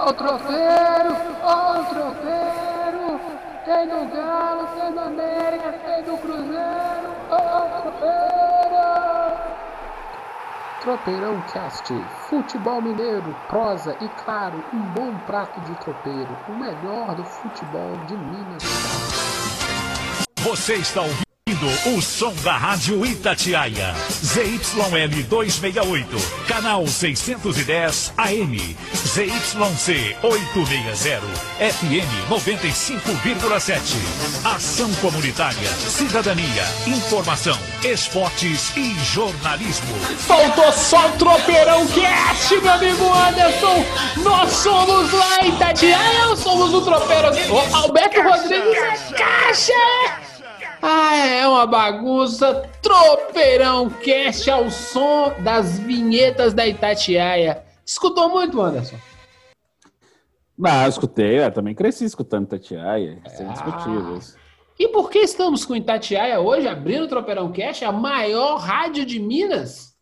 Ó o tropeiro! Ó o tropeiro! Tem do Galo, tem do América, tem do Cruzeiro! Ó o tropeiro! Tropeirão Cast, futebol mineiro, prosa e, claro, um bom prato de tropeiro, o melhor do futebol de Minas Gerais. Você está ouvindo o som da Rádio Itatiaia, ZYL 268, canal 610 AM, ZYC 860, FM 95,7. Ação comunitária, cidadania, informação, esportes e jornalismo. Faltou só o Tropeirão Cast, meu amigo Anderson! Nós somos lá Itatiaia, somos o Tropeirão. O Alberto Rodrigues é caixa! Ah, é uma bagunça. Tropeirão Cast ao som das vinhetas da Itatiaia. Escutou muito, Anderson? Não, eu escutei, eu também cresci escutando Itatiaia, isso é indiscutível. E por que estamos com Itatiaia hoje, abrindo o Tropeirão Cast, a maior rádio de Minas?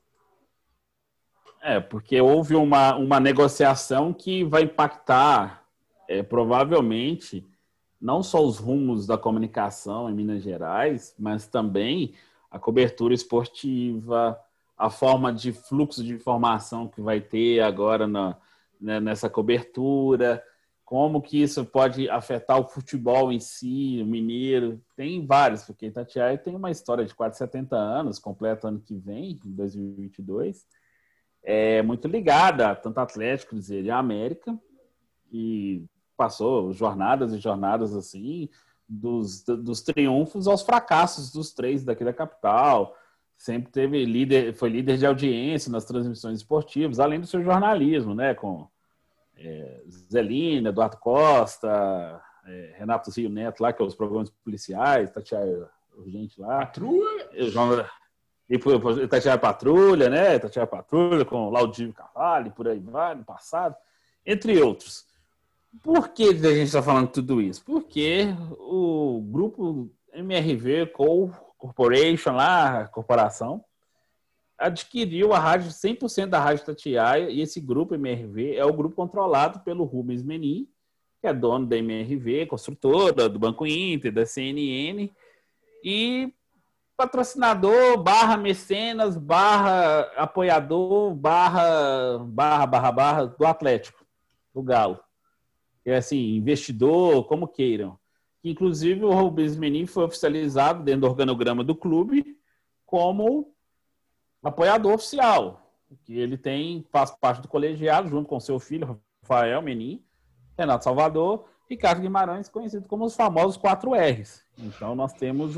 Porque houve uma negociação que vai impactar, provavelmente, não só os rumos da comunicação em Minas Gerais, mas também a cobertura esportiva, a forma de fluxo de informação que vai ter agora nessa cobertura, como que isso pode afetar o futebol em si, o mineiro. Tem vários, porque Itatiaia tem uma história de quase 70 anos, completa ano que vem, em 2022, muito ligada, tanto Atlético, Cruzeiro e América, e passou jornadas e jornadas assim, dos triunfos aos fracassos dos três daqui da capital. Sempre foi líder de audiência nas transmissões esportivas, além do seu jornalismo, né? Com Zelina, Eduardo Costa, Renato Rio Neto lá, que é os programas policiais, Itatiaia Urgente lá. Patrulha? E Itatiaia Patrulha, né? Itatiaia Patrulha com Laudívio Carvalho, e por aí vai, no passado, entre outros. Por que a gente está falando tudo isso? Porque o grupo MRV Corporation, lá, a corporação, adquiriu a rádio, 100% da Rádio Itatiaia, e esse grupo MRV é o grupo controlado pelo Rubens Menin, que é dono da MRV, construtora do Banco Inter, da CNN, e patrocinador, / mecenas, / apoiador, / do Atlético, do Galo. Assim, investidor, como queiram. Inclusive, o Rubens Menin foi oficializado dentro do organograma do clube como apoiador oficial, que ele faz parte do colegiado, junto com seu filho, Rafael Menin, Renato Salvador, Ricardo Guimarães, conhecido como os famosos 4 R's. Então, nós temos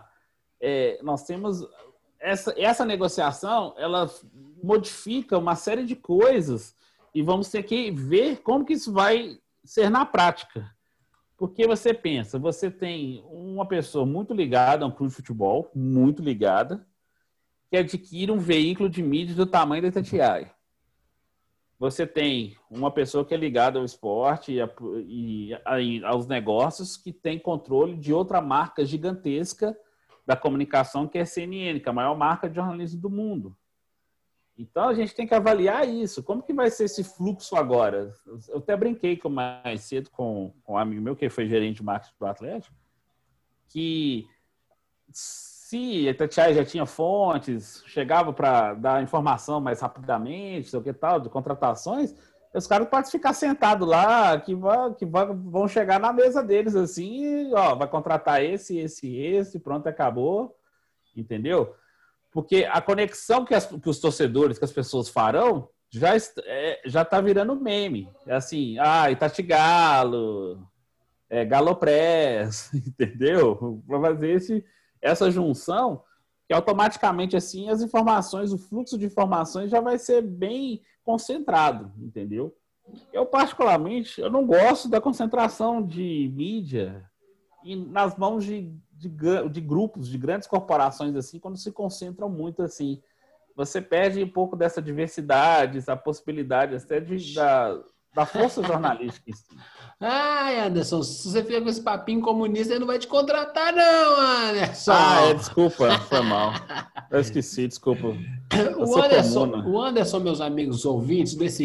essa negociação, ela modifica uma série de coisas e vamos ter que ver como que isso vai ser na prática. Porque você pensa, você tem uma pessoa muito ligada a um clube de futebol, muito ligada, que adquire um veículo de mídia do tamanho da Itatiaia. Você tem uma pessoa que é ligada ao esporte e aos negócios, que tem controle de outra marca gigantesca da comunicação, que é a CNN, que é a maior marca de jornalismo do mundo. Então, a gente tem que avaliar isso. Como que vai ser esse fluxo agora? Eu até brinquei mais cedo com um amigo meu, que foi gerente de marketing do Atlético, que se a Itatiaia já tinha fontes, chegava para dar informação mais rapidamente, sei o que tal, de contratações, os caras podem ficar sentados lá, que vão chegar na mesa deles assim, e, vai contratar esse, pronto, acabou, entendeu? Porque a conexão que os torcedores, que as pessoas farão, já está virando meme. É assim, Itatigalo, Galopress, entendeu? Para fazer essa junção, que automaticamente assim as informações, o fluxo de informações já vai ser bem concentrado, entendeu? Eu, particularmente, eu não gosto da concentração de mídia nas mãos de grupos, de grandes corporações, assim, quando se concentram muito, assim. Você perde um pouco dessa diversidade, essa possibilidade até da força jornalística em si. Ai, Anderson, se você fica com esse papinho comunista, ele não vai te contratar, não, Anderson. Desculpa, foi mal. Eu esqueci, desculpa. O Anderson, meus amigos ouvintes, desse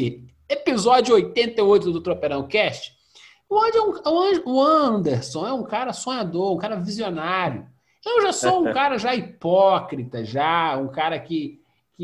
episódio 88 do Tropeirão Cast. O Anderson é um cara sonhador, um cara visionário. Eu já sou um cara já hipócrita, já um cara que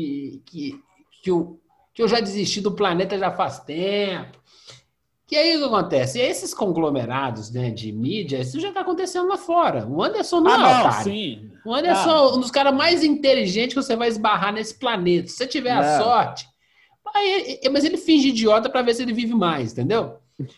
eu já desisti do planeta já faz tempo. E aí o que acontece? Esses conglomerados, né, de mídia, isso já está acontecendo lá fora. O Anderson não é otário. Sim. O Anderson é um dos caras mais inteligentes que você vai esbarrar nesse planeta. Se você tiver a sorte. Mas ele finge idiota para ver se ele vive mais, entendeu?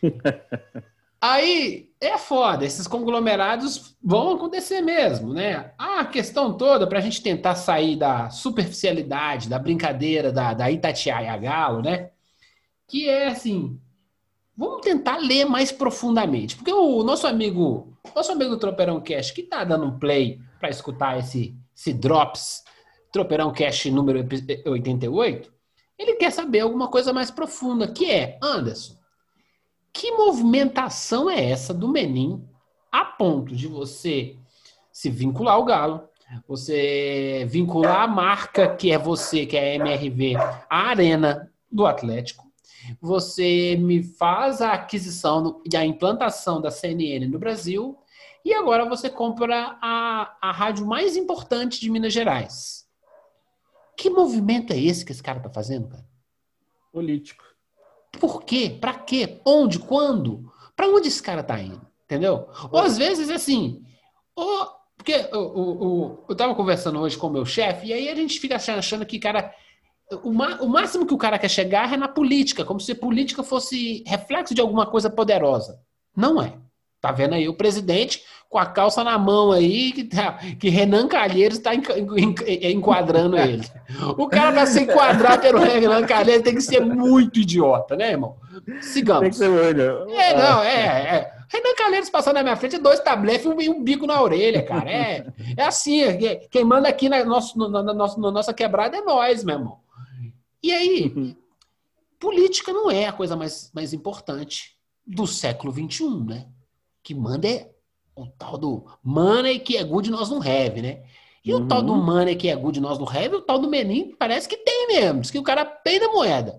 Aí é foda. Esses conglomerados vão acontecer mesmo, né? A questão toda, para a gente tentar sair da superficialidade, da brincadeira, da Itatiaia Galo, né? Que é assim... Vamos tentar ler mais profundamente. Porque o nosso amigo do Tropeirão Cast, que está dando um play para escutar esse Drops, Tropeirão Cast número 88, ele quer saber alguma coisa mais profunda, que é, Anderson, que movimentação é essa do Menin a ponto de você se vincular ao Galo, você vincular a marca que é você, que é a MRV, a arena do Atlético, você me faz a aquisição e a implantação da CNN no Brasil e agora você compra a rádio mais importante de Minas Gerais. Que movimento é esse que esse cara tá fazendo, cara? Político. Por quê? Pra quê? Onde? Quando? Pra onde esse cara tá indo? Entendeu? Ou às vezes, assim... Porque eu tava conversando hoje com o meu chefe e aí a gente fica achando que, cara... O máximo que o cara quer chegar é na política, como se a política fosse reflexo de alguma coisa poderosa. Não é. Tá vendo aí o presidente com a calça na mão aí, que Renan Calheiros está enquadrando ele. O cara, para se enquadrar pelo Renan Calheiros, tem que ser muito idiota, né, irmão? Sigamos. Tem que ser olho. Renan Calheiros passando na minha frente, 2 tabletes e um bico na orelha, cara. É assim, quem manda aqui na nossa quebrada é nós, meu irmão. E aí, política não é a coisa mais importante do século XXI, né? Que manda é o tal do money que é good nós não have, né? E o tal do money que é good nós não have, o tal do Menin parece que tem mesmo, diz que o cara peida moeda.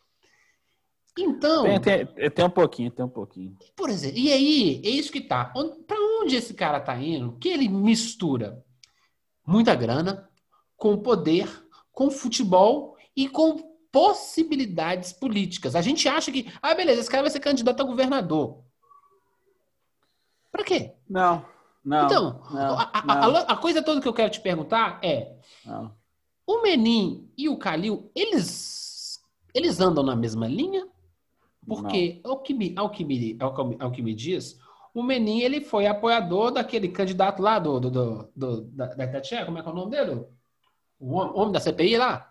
Então... Tem um pouquinho. Por exemplo, e aí, é isso que tá. Pra onde esse cara tá indo? Que ele mistura muita grana com poder, com futebol e com possibilidades políticas. A gente acha que, beleza, esse cara vai ser candidato a governador. Pra quê? Não. Então, a coisa toda que eu quero te perguntar é, o Menin e o Calil, eles andam na mesma linha? Porque, ao que me diz, o Menin, ele foi apoiador daquele candidato lá da Itatiaia, como é que é o nome dele? O homem da CPI lá?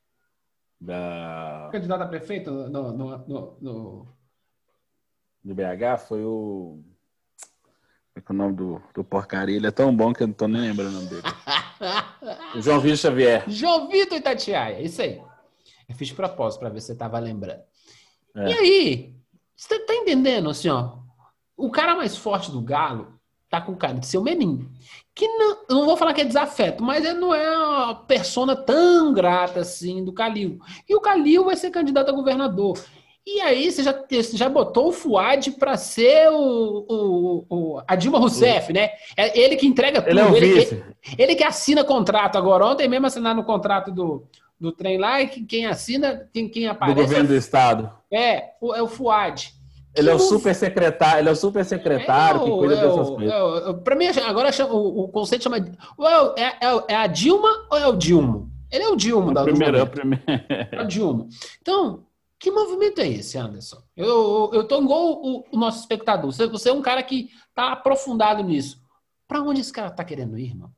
O candidato a prefeito no BH foi o... O nome do porcaria, ele é tão bom que eu não tô nem lembrando o nome dele. João Vitor Xavier. João Vitor Itatiaia, isso aí. Eu fiz de propósito para ver se você tava lembrando. E aí, você tá entendendo, assim, ó, o cara mais forte do Galo tá com cara de ser o Menin, que não, eu não vou falar que é desafeto, mas ele não é uma persona tão grata assim do Calil. E o Calil vai ser candidato a governador. E aí você já botou o Fuad para ser a Dilma Rousseff, né? É ele que entrega tudo. Ele é o vice. Ele que assina contrato agora. Ontem mesmo assinaram o contrato do trem lá e quem assina, quem aparece... Do governo do estado. É o Fuad. Ele é o super secretário, que cuida dessas coisas. Para mim, agora o conceito chama... É a Dilma ou é o Dilma? Ele é o Dilma. É o Dilma. Então... Que movimento é esse, Anderson? Eu tô igual o nosso espectador. Você é um cara que tá aprofundado nisso. Para onde esse cara tá querendo ir, irmão?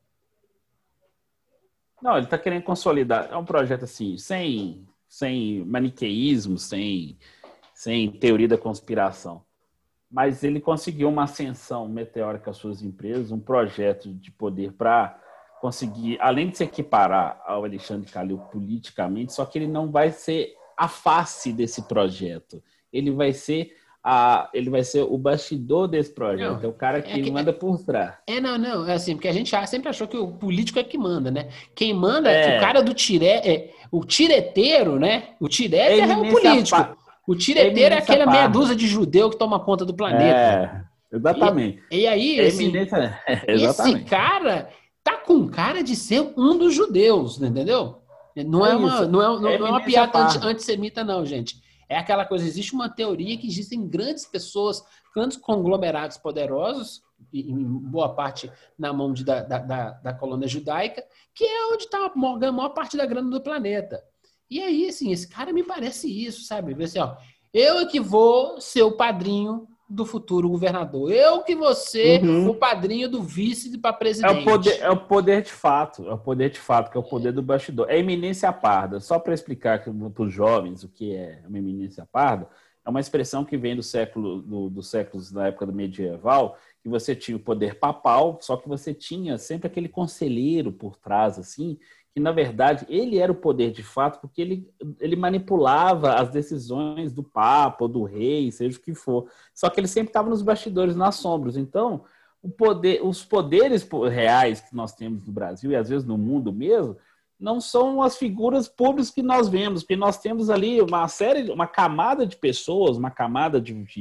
Não, ele tá querendo consolidar. É um projeto assim, sem maniqueísmo, sem teoria da conspiração. Mas ele conseguiu uma ascensão meteórica às suas empresas, um projeto de poder para conseguir, além de se equiparar ao Alexandre Calil politicamente, só que ele não vai ser a face desse projeto. Ele vai ser o bastidor desse projeto. É o cara que manda por trás. Não. É assim, porque a gente sempre achou que o político é que manda, né? Quem manda é o cara do o tireteiro, né? O tireteiro é o político. O tireteiro é aquela meia dúzia de judeu que toma conta do planeta. Exatamente. E aí, assim, esse cara tá com cara de ser um dos judeus, entendeu? Não é uma piada antissemita, não, gente. É aquela coisa, existe uma teoria que existem grandes pessoas, grandes conglomerados poderosos, em boa parte na mão da colônia judaica, que é onde está a maior parte da grana do planeta. E aí, assim, esse cara me parece isso, sabe? Assim, ó, eu é que vou ser o padrinho do futuro governador. Eu que vou ser o padrinho do vice para presidente. É o poder de fato, que é o poder do bastidor. É eminência parda. Só para explicar para os jovens o que é uma eminência parda, é uma expressão que vem dos séculos da época do medieval, que você tinha o poder papal, só que você tinha sempre aquele conselheiro por trás, assim, que, na verdade, ele era o poder de fato, porque ele manipulava as decisões do Papa ou do rei, seja o que for. Só que ele sempre estava nos bastidores, nas sombras. Então, os poderes reais que nós temos no Brasil, e às vezes no mundo mesmo, não são as figuras públicas que nós vemos, porque nós temos ali uma camada de pessoas, uma camada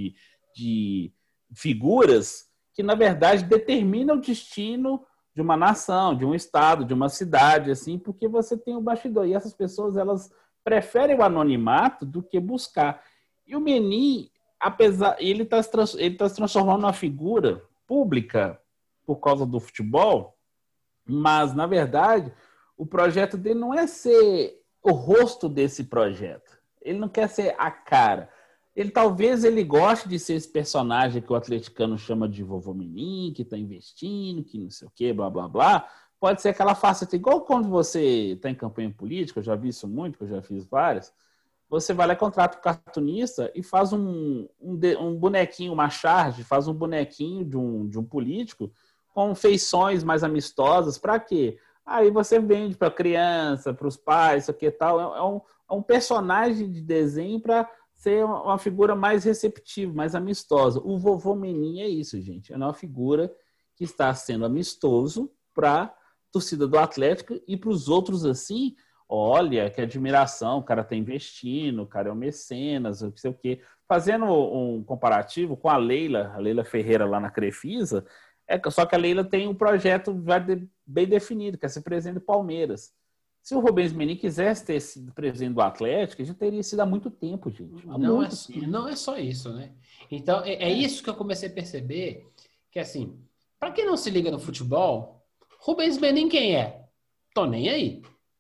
de figuras que, na verdade, determinam o destino de uma nação, de um estado, de uma cidade, assim, porque você tem o bastidor. E essas pessoas, elas preferem o anonimato do que buscar. E o Menin, ele está se transformando numa figura pública por causa do futebol, mas, na verdade, o projeto dele não é ser o rosto desse projeto. Ele não quer ser a cara. Talvez ele goste de ser esse personagem que o atleticano chama de vovô Menin, que está investindo, que não sei o quê, blá, blá, blá. Pode ser que ela faça igual quando você está em campanha política, eu já vi isso muito, que eu já fiz várias. Você vai lá, contrata um cartunista e faz um bonequinho, uma charge, faz um bonequinho de um político com feições mais amistosas. Para quê? Aí você vende para a criança, para os pais, isso aqui e tal. É um personagem de desenho para ser uma figura mais receptiva, mais amistosa. O vovô Menin é isso, gente. É uma figura que está sendo amistoso para a torcida do Atlético e para os outros assim. Olha, que admiração, o cara está investindo, o cara é um mecenas, não sei o quê. Fazendo um comparativo com a Leila Ferreira lá na Crefisa, só que a Leila tem um projeto bem definido, que é ser presidente do Palmeiras. Se o Rubens Menin quisesse ter sido presidente do Atlético, já teria sido há muito tempo, gente. Não é só isso, né? Então, é isso que eu comecei a perceber, que assim, para quem não se liga no futebol, Rubens Menin quem é? Tô nem aí.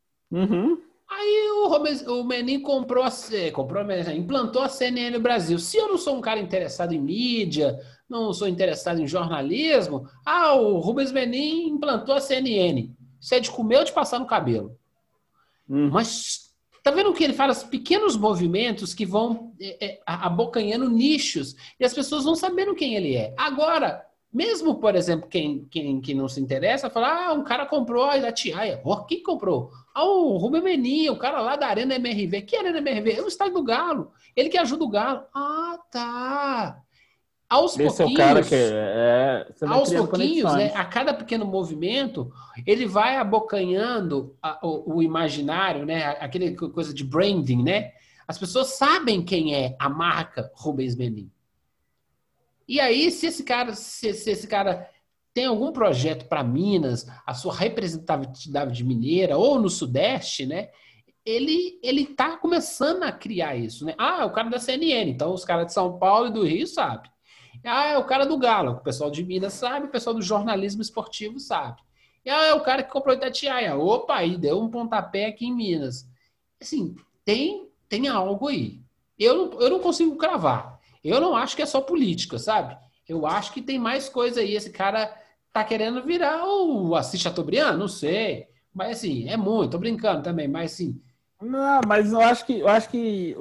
Aí o Menin implantou a CNN no Brasil. Se eu não sou um cara interessado em mídia, não sou interessado em jornalismo, o Rubens Menin implantou a CNN. Isso é de comer ou de passar no cabelo. Mas tá vendo o que ele fala? Os pequenos movimentos que vão abocanhando nichos e as pessoas vão sabendo quem ele é. Agora, mesmo, por exemplo, quem não se interessa, fala, um cara comprou a Itatiaia. Quem comprou? O Rubem Menin, o cara lá da Arena MRV. Que Arena MRV? É o estádio do Galo. Ele que ajuda o Galo. Tá. Aos pouquinhos, é o cara que aos pouquinhos, né, a cada pequeno movimento, ele vai abocanhando o imaginário, né, aquele coisa de branding, né? As pessoas sabem quem é a marca Rubens Menin. E aí, se esse cara tem algum projeto para Minas, a sua representatividade mineira ou no Sudeste, né? Ele tá começando a criar isso, né? É o cara da CNN, então os caras de São Paulo e do Rio sabem. É o cara do Galo, o pessoal de Minas sabe, o pessoal do jornalismo esportivo sabe. É o cara que comprou Itatiaia. Opa, aí deu um pontapé aqui em Minas. Assim, tem algo aí. Eu não consigo cravar. Eu não acho que é só política, sabe? Eu acho que tem mais coisa aí. Esse cara tá querendo virar o Assis Chateaubriand? Não sei. Mas assim, é muito. Tô brincando também, mas assim... Não, mas eu acho que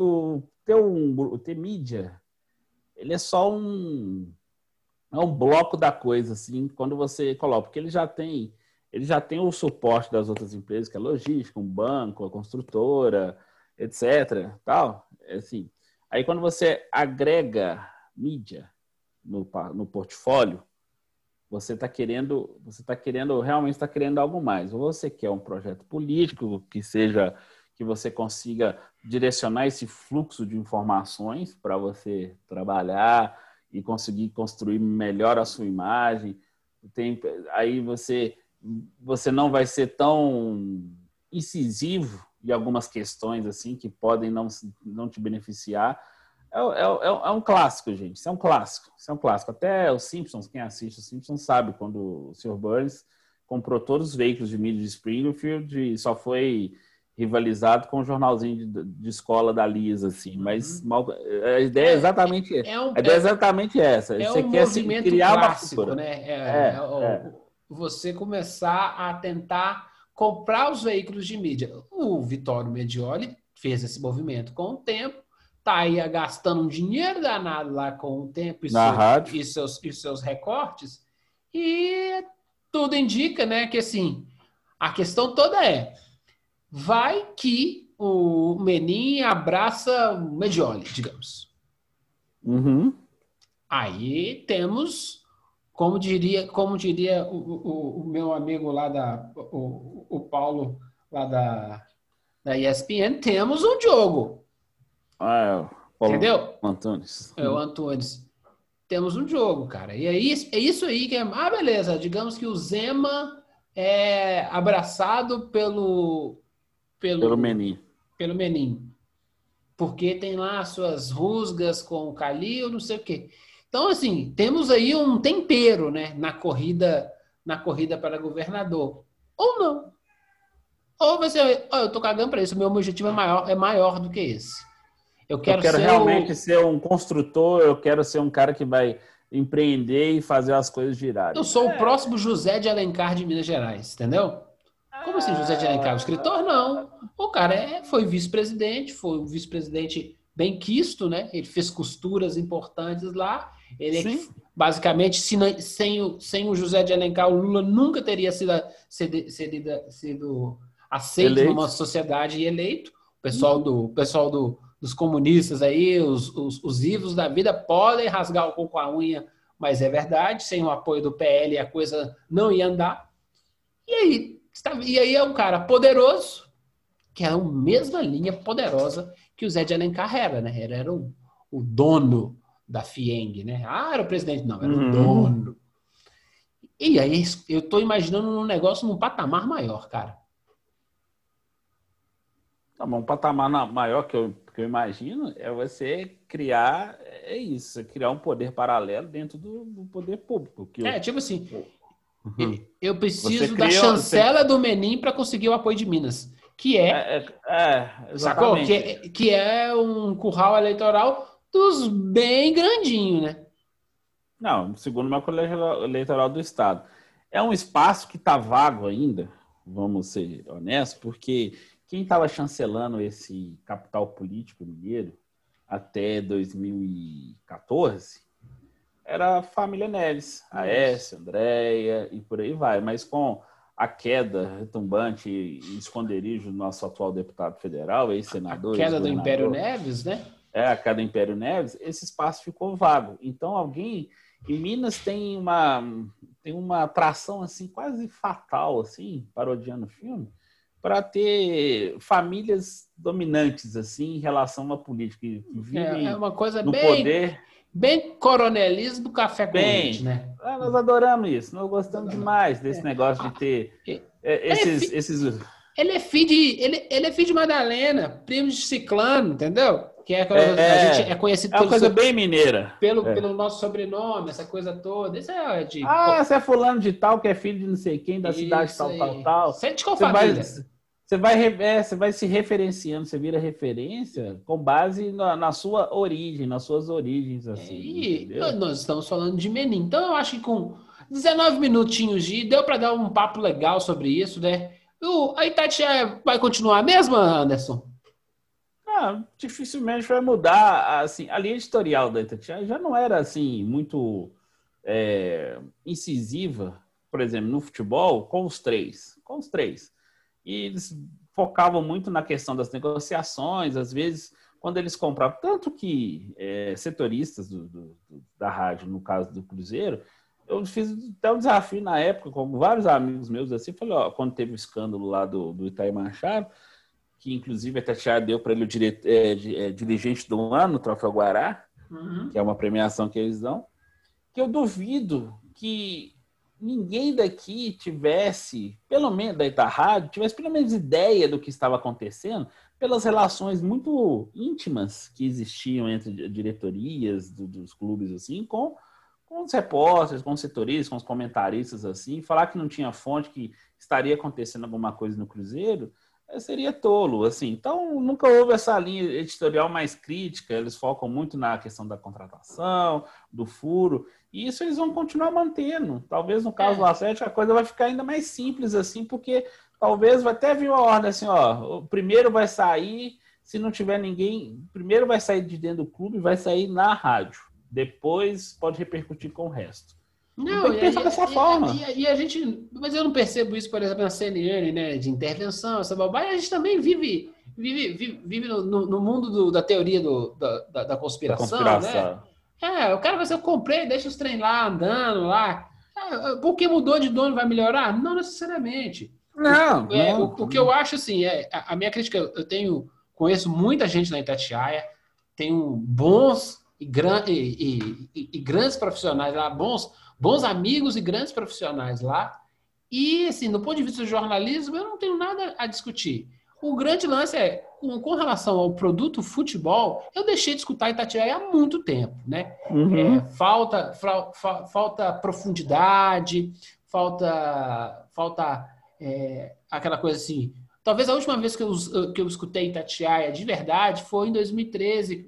ter mídia, ele é só um bloco da coisa, assim, quando você coloca, porque ele já tem o suporte das outras empresas, que é a logística, um banco, a construtora, etc. Tal, assim. Aí quando você agrega mídia no portfólio, você realmente está querendo algo mais. Ou você quer um projeto político que que você consiga direcionar esse fluxo de informações para você trabalhar e conseguir construir melhor a sua imagem. Aí você não vai ser tão incisivo em algumas questões assim que podem não te beneficiar. É um clássico, gente. Isso é um clássico. Até os Simpsons, quem assiste os Simpsons sabe quando o Sr. Burns comprou todos os veículos de mídia de Springfield e só foi rivalizado com o jornalzinho de escola da Lisa, assim. Mas a ideia é exatamente essa. É Você um quer movimento criar clássico, uma cultura. né? Você começar a tentar comprar os veículos de mídia. O Vittorio Medioli fez esse movimento com o tempo, tá aí gastando um dinheiro danado lá com o tempo e seus recortes, e tudo indica, né, que assim, a questão toda vai que o Menin abraça o Medioli, digamos. Uhum. Aí temos, como diria o meu amigo lá o Paulo lá da ESPN, temos um jogo. O Paulo Entendeu? Antunes. O Antunes. Temos um jogo, cara. E é isso aí que é... beleza. Digamos que o Zema é abraçado pelo Menin. Pelo Menin. Porque tem lá as suas rusgas com o Calil, não sei o quê. Então, assim, temos aí um tempero, né, na corrida para governador. Ou não. Ou vai ser, eu tô cagando para isso, o meu objetivo é maior do que esse. Eu quero realmente ser um construtor, eu quero ser um cara que vai empreender e fazer as coisas girarem. Eu sou o próximo José de Alencar de Minas Gerais, entendeu? Como assim José de Alencar? O escritor, não. O cara foi vice-presidente, foi um vice-presidente bem quisto, né? Ele fez costuras importantes lá. Ele basicamente, sem o José de Alencar, o Lula nunca teria sido aceito numa sociedade e eleito. O pessoal dos comunistas aí, os vivos da vida podem rasgar o coco com a unha, mas é verdade, sem o apoio do PL a coisa não ia andar. E aí é um cara poderoso, que é a mesma linha poderosa que o Zé de Alencar era, né? Era o dono da FIENG, né? Era o presidente, não, era o dono. E aí eu tô imaginando um negócio num patamar maior, cara. Tá bom, um patamar maior que eu imagino é você criar, criar um poder paralelo dentro do poder público. Tipo assim, eu preciso da chancela do Menin para conseguir o apoio de Minas, que sacou? Que é um curral eleitoral dos bem grandinho, né? Não, segundo o meu colégio eleitoral do Estado. É um espaço que está vago ainda, vamos ser honestos, porque quem estava chancelando esse capital político mineiro até 2014 era a família Neves, Aécio, Andréia e por aí vai. Mas com a queda retumbante e esconderijo do nosso atual deputado federal, ex-senador... A queda do Império Neves, né? A queda do Império Neves, esse espaço ficou vago. Então alguém... Em Minas tem uma atração assim, quase fatal, assim, parodiando o filme, para ter famílias dominantes assim, em relação à política. Que vivem uma coisa no bem, poder. Bem coronelismo do café com leite, né? Nós adoramos isso, nós gostamos demais desse negócio de ter esses... Ele é filho de Madalena, primo de Ciclano, entendeu? Que a gente é conhecido uma coisa bem mineira. Pelo nosso sobrenome, essa coisa toda. Isso é de... você é fulano de tal, que é filho de não sei quem, da cidade tal. Você é de qual família? Você vai se referenciando, você vira referência com base na sua origem, nas suas origens. Assim, e nós estamos falando de Menin. Então, eu acho que com 19 minutinhos deu para dar um papo legal sobre isso, né? A Itatiaia vai continuar a mesma, Anderson? Dificilmente vai mudar. Assim, a linha editorial da Itatiaia já não era assim muito incisiva, por exemplo, no futebol, com os três. E eles focavam muito na questão das negociações, às vezes, quando eles compravam. Tanto que setoristas da rádio, no caso do Cruzeiro, eu fiz até um desafio na época, com vários amigos meus, assim, falei, quando teve o escândalo lá do Itair Machado, que inclusive a Itatiaia deu para ele o dirigente do ano, o Troféu Guará, que é uma premiação que eles dão, que eu duvido que ninguém daqui tivesse, pelo menos da rádio, tivesse pelo menos ideia do que estava acontecendo, pelas relações muito íntimas que existiam entre diretorias dos clubes, assim, com os repórteres, com os setoristas, com os comentaristas, assim, falar que não tinha fonte, que estaria acontecendo alguma coisa no Cruzeiro, seria tolo, assim. Então, nunca houve essa linha editorial mais crítica, eles focam muito na questão da contratação, do furo, e isso eles vão continuar mantendo. Talvez no caso do Atlético a coisa vai ficar ainda mais simples, assim, porque talvez vai até vir uma ordem assim, ó, o primeiro vai sair, se não tiver ninguém, primeiro vai sair de dentro do clube, vai sair na rádio, depois pode repercutir com o resto. Não, tem que pensar dessa forma. E a gente, mas eu não percebo isso, por exemplo, na CNN, né, de intervenção, essa bobagem. A gente também vive no mundo da teoria da conspiração, né? O cara vai dizer, eu comprei, deixa os trem lá, andando lá. Porque mudou de dono vai melhorar? Não necessariamente. Não. O que eu acho, assim, a minha crítica, conheço muita gente na Itatiaia, tenho bons e grandes profissionais lá, bons amigos e grandes profissionais lá. E, assim, do ponto de vista do jornalismo, eu não tenho nada a discutir. O grande lance com relação ao produto futebol, eu deixei de escutar Itatiaia há muito tempo, né? Falta profundidade, falta aquela coisa assim. Talvez a última vez que eu escutei Itatiaia de verdade foi em 2013,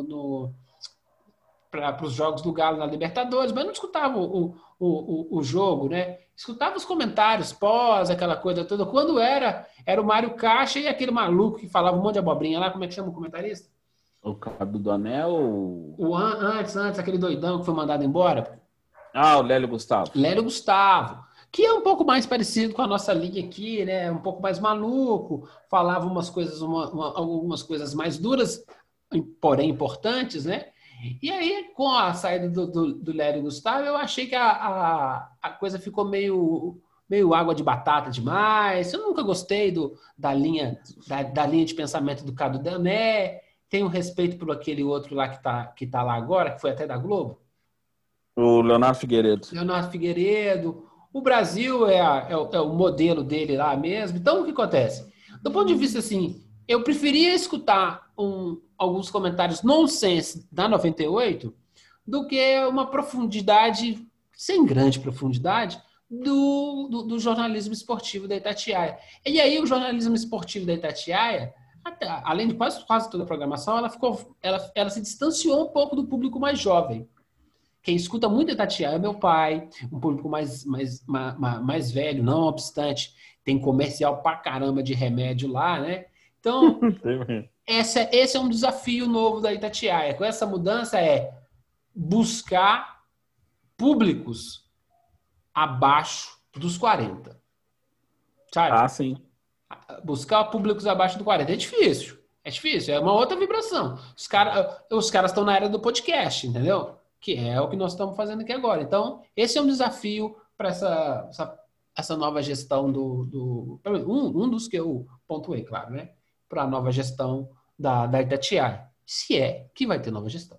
para os jogos do Galo na Libertadores, mas não escutava o jogo, né? Escutava os comentários pós, aquela coisa toda. Quando era o Mário Caixa e aquele maluco que falava um monte de abobrinha lá, como é que chama o comentarista? O Cadu do Anel? Antes, aquele doidão que foi mandado embora. O Lélio Gustavo. Lélio Gustavo, que é um pouco mais parecido com a nossa linha aqui, né? Um pouco mais maluco, falava algumas coisas mais duras, porém importantes, né? E aí, com a saída do Lélio Gustavo, eu achei que a coisa ficou meio água de batata demais. Eu nunca gostei da linha de pensamento do Cadu Dané. Tenho respeito por aquele outro lá que tá lá agora, que foi até da Globo. O Leonardo Figueiredo. O Brasil é o modelo dele lá mesmo. Então, o que acontece? Do ponto de vista, assim, eu preferia escutar alguns comentários nonsense da 98 do que uma profundidade, sem grande profundidade, do jornalismo esportivo da Itatiaia. E aí o jornalismo esportivo da Itatiaia, além de quase toda a programação, ela se distanciou um pouco do público mais jovem. Quem escuta muito Itatiaia é meu pai, um público mais velho, não obstante, tem comercial pra caramba de remédio lá, né? Então, esse é um desafio novo da Itatiaia. Com essa mudança buscar públicos abaixo dos 40. Sabe? Sim. Buscar públicos abaixo dos 40 é difícil. É uma outra vibração. Os caras estão na era do podcast, entendeu? Que é o que nós estamos fazendo aqui agora. Então, esse é um desafio para essa nova gestão um dos que eu pontuei, claro, né? Para a nova gestão da Itatiaia. Se é que vai ter nova gestão.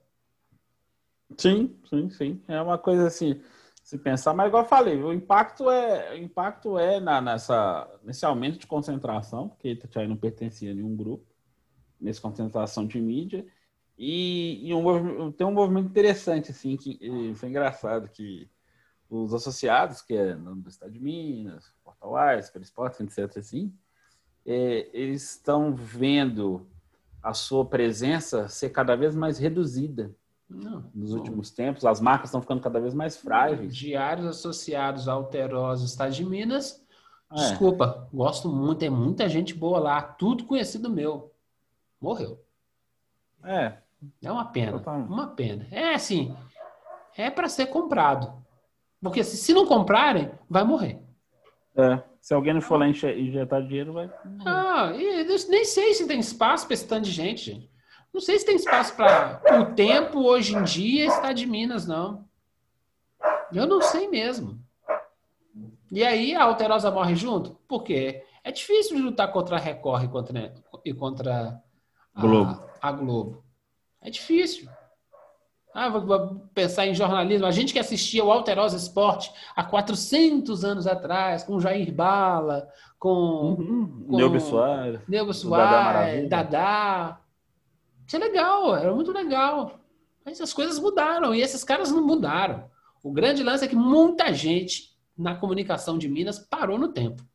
Sim. É uma coisa assim, se pensar, mas igual eu falei, o impacto é nesse aumento de concentração, porque Itatiaia não pertencia a nenhum grupo, nessa concentração de mídia, e tem um movimento interessante, assim, que foi engraçado, que os associados, que é do Estado de Minas, Portal Ars, Pelo Esporte, etc., assim, eles estão vendo a sua presença ser cada vez mais reduzida nos últimos tempos. As marcas estão ficando cada vez mais frágeis. Diários associados ao Alterosa, Estado de Minas. Desculpa, gosto muito, tem muita gente boa lá, tudo conhecido meu. Morreu. É uma pena, uma pena. É assim, é para ser comprado. Porque se não comprarem, vai morrer. Se alguém não for lá injetar dinheiro, vai morrer. Eu nem sei se tem espaço para esse tanto de gente. Não sei se tem espaço para o tempo hoje em dia Estado de Minas, não. Eu não sei mesmo. E aí a Alterosa morre junto? Por quê? É difícil de lutar contra a Record e contra Globo. a Globo. É difícil. Vou pensar em jornalismo. A gente que assistia o Alterosa Esporte há 400 anos atrás, com Jair Bala, com Neuber Soares. Neuber o Dadá Soares, Maravilha. Dadá. Isso é legal, era muito legal. Mas as coisas mudaram e esses caras não mudaram. O grande lance é que muita gente na comunicação de Minas parou no tempo.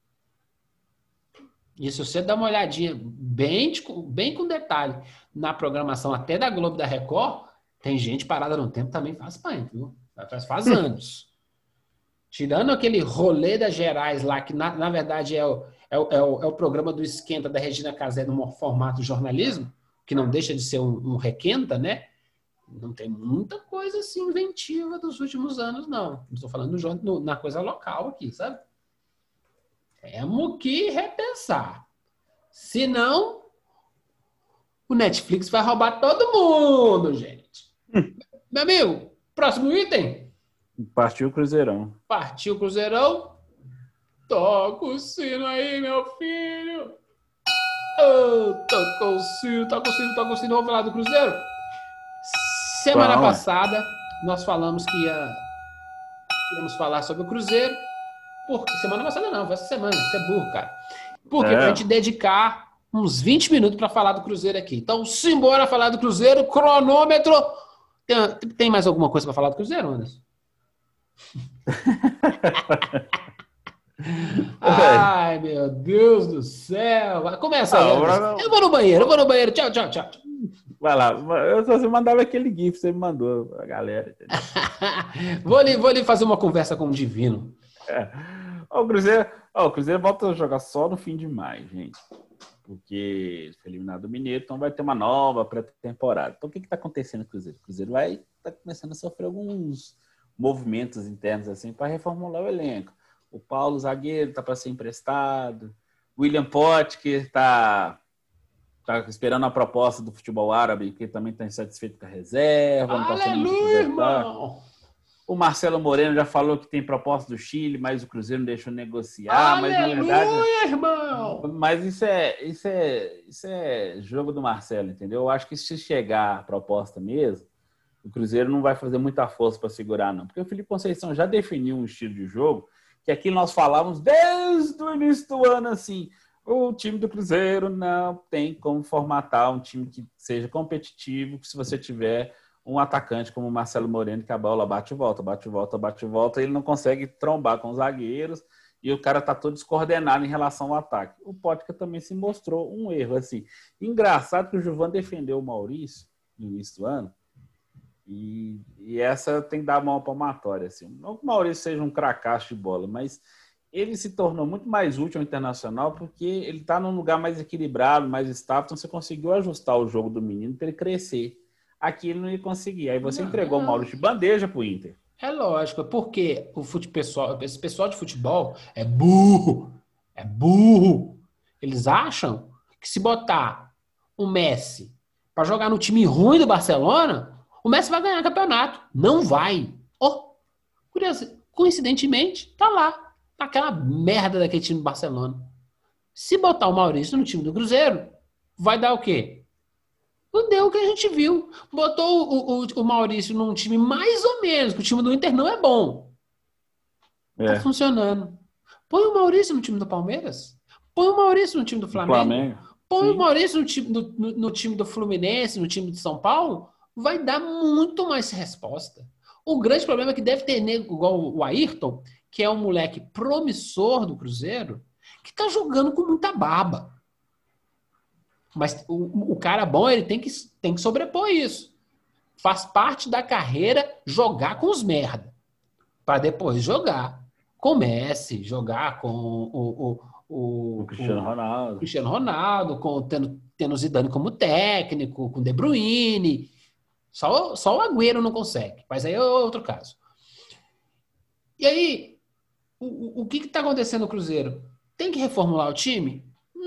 E se você dá uma olhadinha bem com detalhe na programação até da Globo e da Record, tem gente parada no tempo também faz tempo, viu? Faz anos. Tirando aquele rolê das Gerais lá, que na verdade é o programa do Esquenta da Regina Casé no formato de jornalismo, que não deixa de ser um requenta, né? Não tem muita coisa assim inventiva dos últimos anos, não. Estou falando na coisa local aqui, sabe? Temos que repensar. Senão, o Netflix vai roubar todo mundo, gente. Meu amigo, próximo item. Partiu o Cruzeirão. Partiu o Cruzeirão. Toca o sino aí, meu filho. Oh, toca o sino, toca o sino, toca o sino. Vamos falar do Cruzeiro? Semana passada, nós falamos que íamos falar sobre o Cruzeiro. Semana passada não, foi essa semana. Você é burro, cara. Porque pra gente dedicar uns 20 minutos para falar do Cruzeiro aqui. Então, simbora falar do Cruzeiro. Cronômetro. Tem mais alguma coisa para falar do Cruzeiro, Anderson? Ai, meu Deus do céu. Começa aí, Anderson. Eu vou no banheiro. Tchau. Vai lá. Você mandava aquele GIF, você me mandou a galera. Vou ali fazer uma conversa com o Divino. O Cruzeiro volta a jogar só no fim de maio, gente. Porque ele foi eliminado do Mineiro, então vai ter uma nova pré-temporada. Então o que está acontecendo no Cruzeiro? O Cruzeiro vai estar começando a sofrer alguns movimentos internos assim para reformular o elenco. O Paulo Zagueiro está para ser emprestado. O William Potker está esperando a proposta do futebol árabe, que também está insatisfeito com a reserva. Aleluia, irmão! O Marcelo Moreno já falou que tem proposta do Chile, mas o Cruzeiro não deixou negociar. Aleluia, mas na verdade, irmão! Mas isso é jogo do Marcelo, entendeu? Eu acho que se chegar a proposta mesmo, o Cruzeiro não vai fazer muita força para segurar, não. Porque o Felipe Conceição já definiu um estilo de jogo que aqui nós falávamos desde o início do ano, assim, o time do Cruzeiro não tem como formatar um time que seja competitivo, que se você tiver um atacante como o Marcelo Moreno, que a bola bate e volta, ele não consegue trombar com os zagueiros e o cara tá todo descoordenado em relação ao ataque. O Potker também se mostrou um erro, assim. Engraçado que o Gilvan defendeu o Maurício no início do ano e essa tem que dar uma palmatória, assim. Não que o Maurício seja um cracaço de bola, mas ele se tornou muito mais útil ao Internacional porque ele tá num lugar mais equilibrado, mais estável, então você conseguiu ajustar o jogo do menino para ele crescer. Aqui ele não ia conseguir. Aí você entregou o Maurício de bandeja pro Inter. É lógico, porque esse pessoal de futebol é burro. É burro. Eles acham que se botar o Messi para jogar no time ruim do Barcelona, o Messi vai ganhar campeonato. Não vai. Coincidentemente, tá lá. Aquela merda daquele time do Barcelona. Se botar o Maurício no time do Cruzeiro, vai dar o quê? Não deu o que a gente viu. Botou o Maurício num time mais ou menos, que o time do Inter não é bom. Tá funcionando. Põe o Maurício no time do Palmeiras. Põe o Maurício no time do Flamengo. Põe o Maurício no time do Fluminense, no time de São Paulo. Vai dar muito mais resposta. O grande problema é que deve ter nego igual o Ayrton, que é um moleque promissor do Cruzeiro, que tá jogando com muita baba. Mas o cara bom, ele tem que sobrepor isso. Faz parte da carreira jogar com os merda. Para depois jogar com o Messi, jogar com o Cristiano Ronaldo, tendo o Zidane como técnico, com o De Bruyne. Só o Agüero não consegue. Mas aí é outro caso. E aí, o que está acontecendo no Cruzeiro? Tem que reformular o time?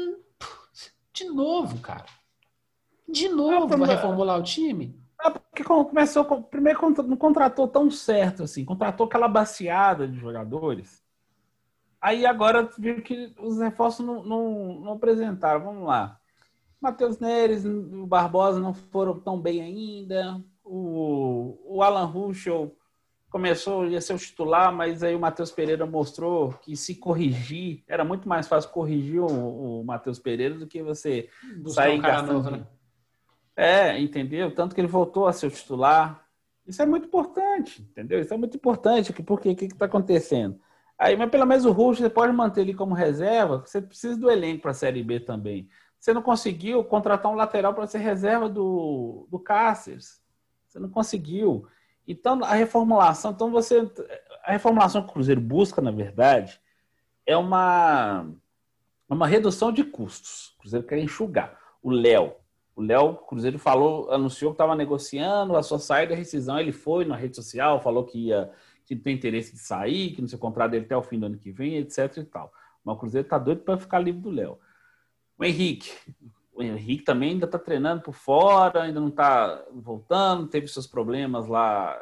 De novo, cara. De novo vai reformular o time? Porque começou... Primeiro não contratou tão certo assim. Contratou aquela baciada de jogadores. Aí agora viu que os reforços não apresentaram. Vamos lá. Matheus Neres e o Barbosa não foram tão bem ainda. O Alan Ruschel começou, ia ser o titular, mas aí o Matheus Pereira mostrou que se corrigir, era muito mais fácil corrigir o Matheus Pereira do que você sair gastando. Novo, né? Entendeu? Tanto que ele voltou a ser o titular. Isso é muito importante, entendeu? Isso é muito importante, porque o que está acontecendo? Aí, mas pelo menos o Ruschel você pode manter ele como reserva, você precisa do elenco para a Série B também. Você não conseguiu contratar um lateral para ser reserva do Cáceres. Você não conseguiu. Então, a reformulação que o Cruzeiro busca, na verdade, é uma redução de custos. O Cruzeiro quer enxugar. O Cruzeiro anunciou que estava negociando a sua saída e rescisão. Ele foi na rede social, falou que tem interesse de sair, que não se contrato dele até o fim do ano que vem, etc. e tal. Mas o Cruzeiro está doido para ficar livre do Léo. O Henrique também ainda está treinando por fora, ainda não está voltando, teve seus problemas lá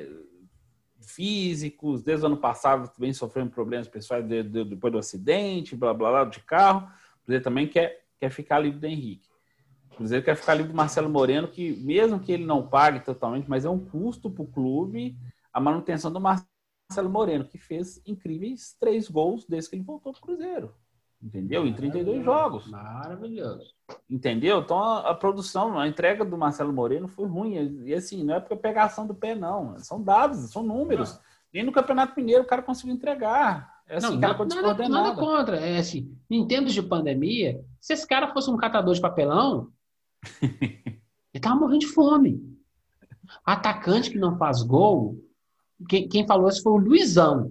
físicos, desde o ano passado vem sofrendo problemas pessoais depois do acidente, blá, blá, blá, de carro. O Cruzeiro também quer ficar livre do Henrique. O Cruzeiro quer ficar livre do Marcelo Moreno, que mesmo que ele não pague totalmente, mas é um custo para o clube a manutenção do Marcelo Moreno, que fez incríveis 3 gols desde que ele voltou para o Cruzeiro. Entendeu? Em 32 jogos. Maravilhoso. Entendeu? Então a produção, a entrega do Marcelo Moreno foi ruim. E assim, não é porque pegação do pé, não. São dados, são números. Não. Nem no Campeonato Mineiro o cara conseguiu entregar. É assim, nada contra. É assim, em tempos de pandemia, se esse cara fosse um catador de papelão, ele tava morrendo de fome. Atacante que não faz gol, quem falou isso foi o Luizão.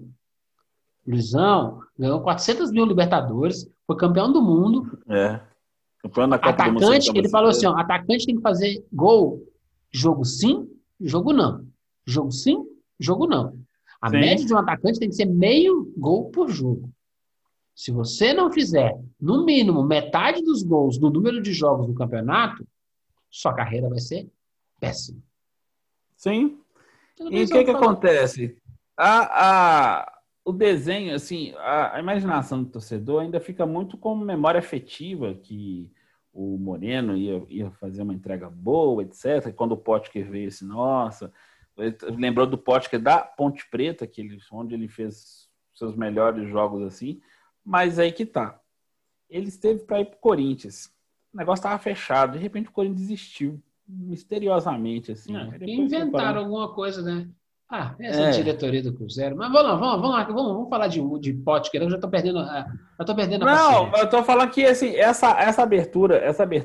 Luizão ganhou 400 mil Libertadores, foi campeão do mundo. Campeão da Copa do Mundo. Ele falou assim, atacante tem que fazer gol, jogo sim, jogo não. Jogo sim, jogo não. A média de um atacante tem que ser meio gol por jogo. Se você não fizer, no mínimo, metade dos gols do número de jogos do campeonato, sua carreira vai ser péssima. Sim. E o que acontece? O desenho, assim, a imaginação do torcedor ainda fica muito como memória afetiva, que o Moreno ia fazer uma entrega boa, etc. E quando o Potker veio, assim, nossa, lembrou do Potker da Ponte Preta, onde ele fez seus melhores jogos, assim, mas aí que tá. Ele esteve para ir pro Corinthians. O negócio estava fechado, de repente o Corinthians desistiu, misteriosamente, assim. Inventaram alguma coisa, né? Essa diretoria do Cruzeiro. Mas vamos falar de Potker, eu já estou perdendo a paciência. Não, eu estou falando que assim, essa abertura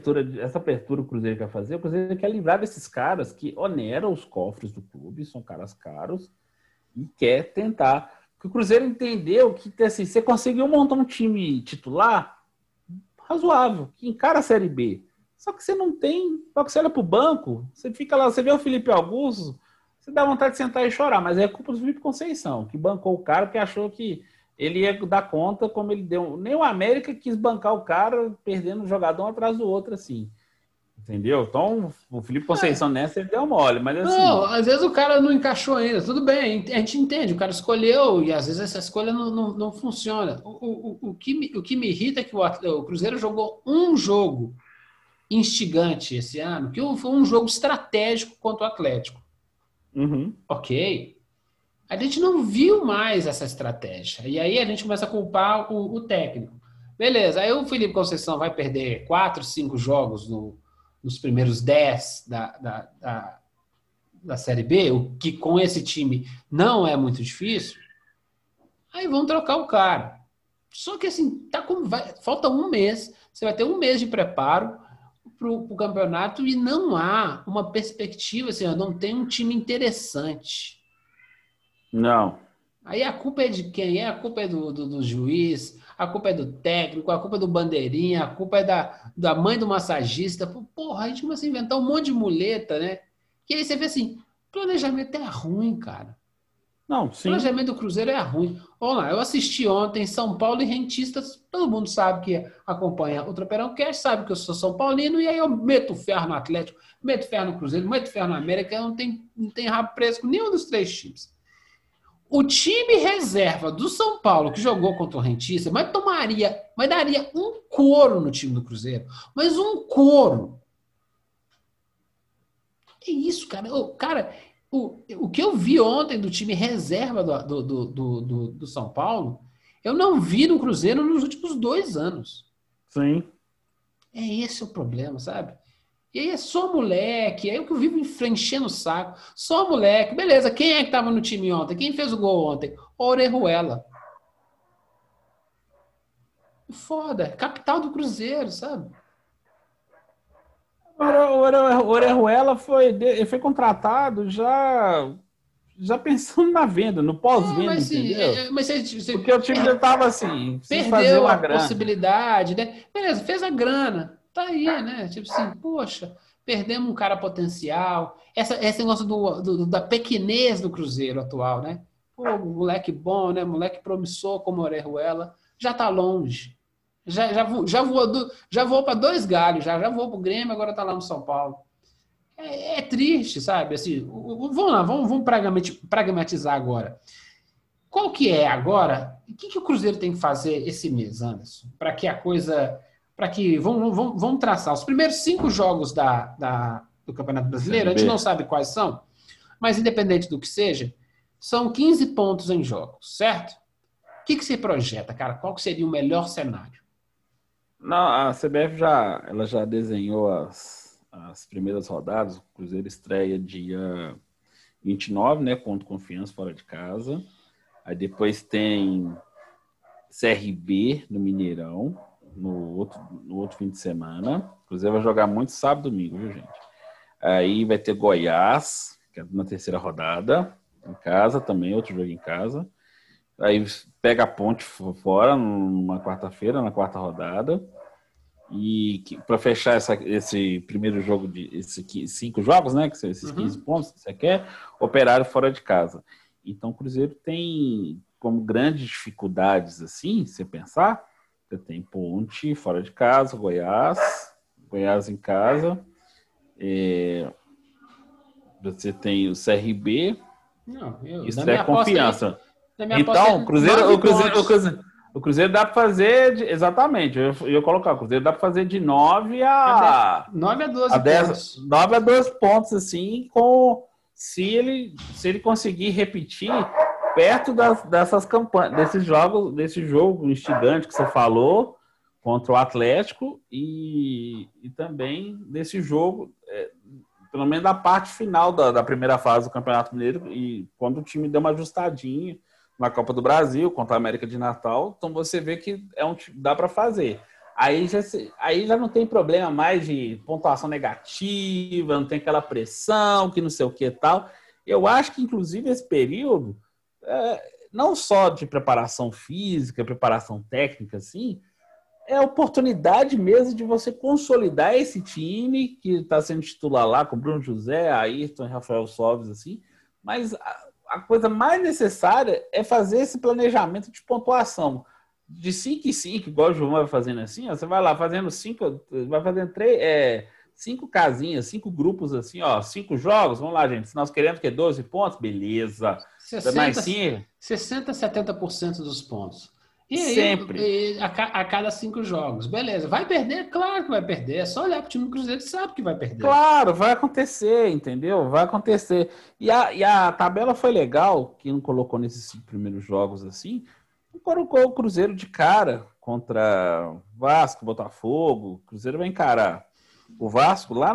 o Cruzeiro quer fazer, o Cruzeiro quer livrar desses caras que oneram os cofres do clube, são caras caros, e quer tentar. Porque o Cruzeiro entendeu que assim, você conseguiu montar um time titular razoável, que encara a Série B. Só que você não tem, só que você olha para o banco, você fica lá, você vê o Felipe Augusto, você dá vontade de sentar e chorar, mas é culpa do Felipe Conceição, que bancou o cara, porque achou que ele ia dar conta como ele deu. Nem o América quis bancar o cara, perdendo um jogador um atrás do outro, assim. Entendeu? Então, o Felipe Conceição nessa, ele deu mole, mas assim... Não, às vezes o cara não encaixou ainda, tudo bem, a gente entende, o cara escolheu e às vezes essa escolha não funciona. O que me irrita é que o Cruzeiro jogou um jogo instigante esse ano, que foi um jogo estratégico contra o Atlético. Uhum. Ok. A gente não viu mais essa estratégia. E aí a gente começa a culpar o técnico. Beleza, aí o Felipe Conceição vai perder 4, 5 jogos nos primeiros 10 da Série B, o que com esse time não é muito difícil. Aí vão trocar o cara. Só que assim, falta um mês. Você vai ter um mês de preparo para o campeonato e não há uma perspectiva, assim, não tem um time interessante. Não. Aí a culpa é de quem? A culpa é do juiz, a culpa é do técnico, a culpa é do bandeirinha, a culpa é da mãe do massagista. Porra, a gente começa a inventar um monte de muleta, né? Que aí você vê assim, planejamento é ruim, cara. Não, sim. O planejamento do Cruzeiro é ruim. Vamos lá, eu assisti ontem São Paulo e Rentistas. Todo mundo sabe que acompanha o Tropeirão Cast, sabe que eu sou São Paulino, e aí eu meto ferro no Atlético, meto ferro no Cruzeiro, meto ferro no América, não tem rabo preso com nenhum dos 3 times. O time reserva do São Paulo, que jogou contra o Rentistas, mas daria um couro no time do Cruzeiro. Mas um couro. É isso, cara. Cara, o que eu vi ontem do time reserva do São Paulo, eu não vi no Cruzeiro nos últimos 2 anos. Sim. É esse o problema, sabe? E aí é só moleque, é eu que vivo enchendo o saco. Só moleque. Beleza, quem é que tava no time ontem? Quem fez o gol ontem? Orejuela. Foda, capital do Cruzeiro, sabe? O Orejuela foi contratado já pensando na venda, no pós-venda, Mas sim, entendeu? mas Porque o time já estava assim, precisa fazer perdeu uma a grana. possibilidade, né? Beleza, fez a grana. Tá aí, né? Tipo assim, poxa, perdemos um cara potencial. Esse negócio da pequenez do Cruzeiro atual, né? Pô, moleque bom, né? Moleque promissor como o Orejuela, já tá longe. Já voou para 2 galhos, já voou pro Grêmio, agora tá lá no São Paulo. É triste, sabe? Assim, vamos lá, vamos pragmatizar agora. Qual que é agora? O que o Cruzeiro tem que fazer esse mês, Anderson? Para que a coisa. Para que. Vamos traçar. Os primeiros 5 jogos do Campeonato Brasileiro, a gente não sabe quais são, mas independente do que seja, são 15 pontos em jogos, certo? O que você projeta, cara? Qual que seria o melhor cenário? Não, a CBF ela já desenhou as primeiras rodadas. O Cruzeiro estreia dia 29, né? Contra Confiança fora de casa. Aí depois tem CRB no Mineirão, no outro fim de semana. O Cruzeiro vai jogar muito sábado e domingo, viu, gente? Aí vai ter Goiás, que é na terceira rodada, em casa também, outro jogo em casa. Aí pega a Ponte fora numa quarta-feira, na quarta rodada. E para fechar esse primeiro jogo, esses 5 jogos, né? Esses 15 pontos que você quer, Operário fora de casa. Então o Cruzeiro tem como grandes dificuldades, assim, se você pensar, você tem Ponte fora de casa, Goiás em casa, você tem o CRB, isso é Confiança. Então, o Cruzeiro dá para fazer, exatamente, eu ia colocar, o Cruzeiro dá para fazer de 9 a 12 pontos. 9 a 12 pontos, assim, se ele conseguir repetir perto dessas campanhas, desse jogo instigante que você falou contra o Atlético e também desse jogo, pelo menos da parte final da primeira fase do Campeonato Mineiro, e quando o time deu uma ajustadinha na Copa do Brasil contra a América de Natal, então você vê que dá para fazer. Aí já não tem problema mais de pontuação negativa, não tem aquela pressão, que não sei o que e tal. Eu acho que, inclusive, esse período, não só de preparação física, preparação técnica, assim, é a oportunidade mesmo de você consolidar esse time que está sendo titular lá, com Bruno José, Ayrton e Rafael Sobis, assim, mas a coisa mais necessária é fazer esse planejamento de pontuação. De 5 em 5, igual o João vai fazendo assim, ó, você vai lá fazendo 5, vai fazendo 5 casinhas, 5 grupos assim, ó, 5 jogos, vamos lá, gente, se nós queremos 12 pontos, beleza. 60, 70% dos pontos. E aí, sempre. A cada 5 jogos, beleza. Vai perder? Claro que vai perder. É só olhar pro time do Cruzeiro e sabe que vai perder. Claro, vai acontecer, entendeu? Vai acontecer. E a tabela foi legal, que não colocou nesses 5 primeiros jogos assim, colocou o Cruzeiro de cara contra Vasco, Botafogo. O Cruzeiro vai encarar o Vasco lá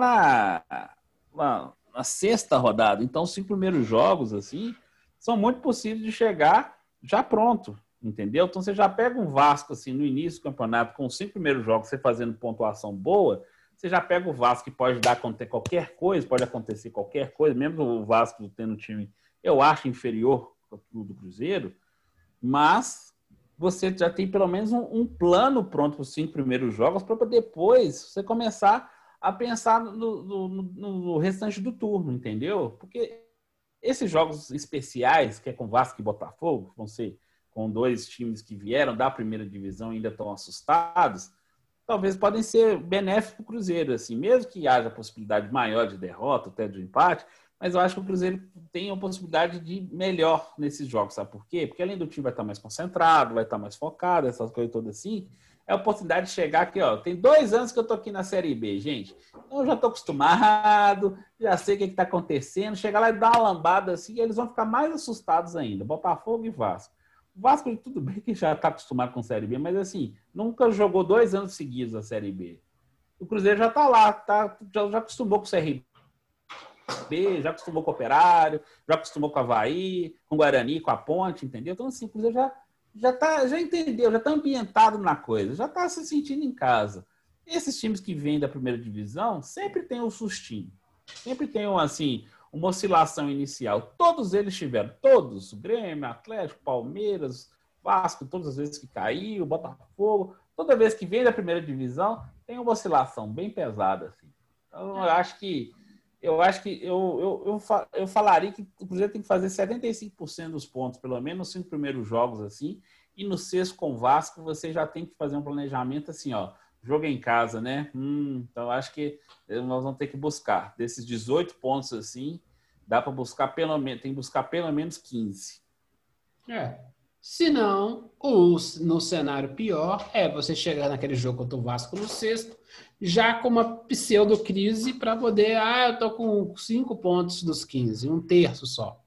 na sexta rodada. Então, os 5 primeiros jogos, assim, são muito possíveis de chegar já pronto, entendeu? Então, você já pega um Vasco, assim, no início do campeonato, com os 5 primeiros jogos, você fazendo pontuação boa, você já pega o Vasco, que pode dar qualquer coisa, pode acontecer qualquer coisa, mesmo o Vasco tendo um time, eu acho, inferior ao do Cruzeiro, mas você já tem pelo menos um plano pronto para os 5 primeiros jogos para depois você começar a pensar no restante do turno, entendeu? Porque esses jogos especiais, que é com Vasco e Botafogo, vão ser com 2 times que vieram da primeira divisão e ainda estão assustados, talvez podem ser benéficos para o Cruzeiro, assim, mesmo que haja possibilidade maior de derrota, até de empate, mas eu acho que o Cruzeiro tem a possibilidade de ir melhor nesses jogos, sabe por quê? Porque além do time vai estar mais concentrado, vai estar mais focado, essas coisas todas assim, é a oportunidade de chegar aqui, ó, tem 2 anos que eu tô aqui na Série B, gente, então eu já tô acostumado, já sei o que está acontecendo, chegar lá e dar uma lambada assim, eles vão ficar mais assustados ainda, Botafogo e Vasco. O Vasco, tudo bem que já está acostumado com a Série B, mas assim, nunca jogou 2 anos seguidos a Série B. O Cruzeiro já está lá, já acostumou com o CRB, já acostumou com o Operário, já acostumou com o Avaí, com o Guarani, com a Ponte, entendeu? Então, assim, o Cruzeiro já entendeu, já está ambientado na coisa, já está se sentindo em casa. Esses times que vêm da primeira divisão sempre tem um sustinho, sempre tem assim, uma oscilação inicial. Todos eles tiveram, todos, o Grêmio, Atlético, Palmeiras, Vasco, todas as vezes que caiu, Botafogo, toda vez que vem da primeira divisão, tem uma oscilação bem pesada. Assim. Então, eu falaria que o Cruzeiro tem que fazer 75% dos pontos, pelo menos nos 5 primeiros jogos, assim, e no 6º com o Vasco, você já tem que fazer um planejamento assim, ó, jogo em casa, né? Então, eu acho que nós vamos ter que buscar. Desses 18 pontos, assim, dá para buscar pelo menos, tem que buscar pelo menos 15. Se não, no cenário pior, você chegar naquele jogo contra o Vasco no 6º, já com uma pseudo-crise para poder, eu tô com 5 pontos dos 15, 1/3 só,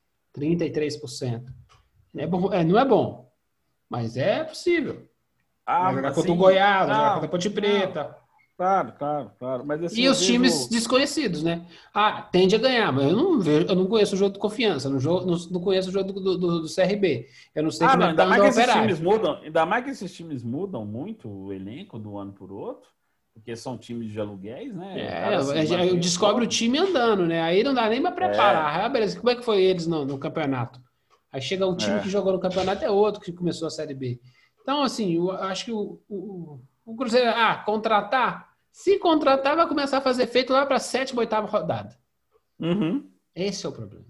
33%. Não é bom, mas é possível. Vai jogar contra o Goiás, vai jogar contra a Ponte Preta. Claro. Mas, assim, e os times desconhecidos, né? Tende a ganhar, mas eu não conheço o jogo do Confiança, não conheço o jogo do CRB. Eu não sei como é que tá o Operário. Ainda mais que esses times mudam muito o elenco do ano por outro, porque são times de aluguéis, né? Eu descobre o time andando, né? Aí não dá nem para preparar. Beleza, como é que foi eles no campeonato? Aí chega um time que jogou no campeonato, é outro que começou a Série B. Então, assim, eu acho que o Cruzeiro, contratar, se contratar, vai começar a fazer efeito lá para a 7ª, 8ª rodada. Uhum. Esse é o problema.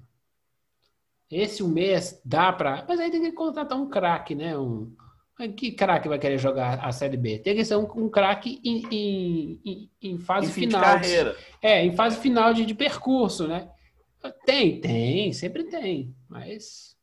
Esse mês dá para... Mas aí tem que contratar um craque, né? Que craque vai querer jogar a Série B? Tem que ser um craque em fase final. De carreira. Em fase final de percurso, né? Sempre tem. Mas...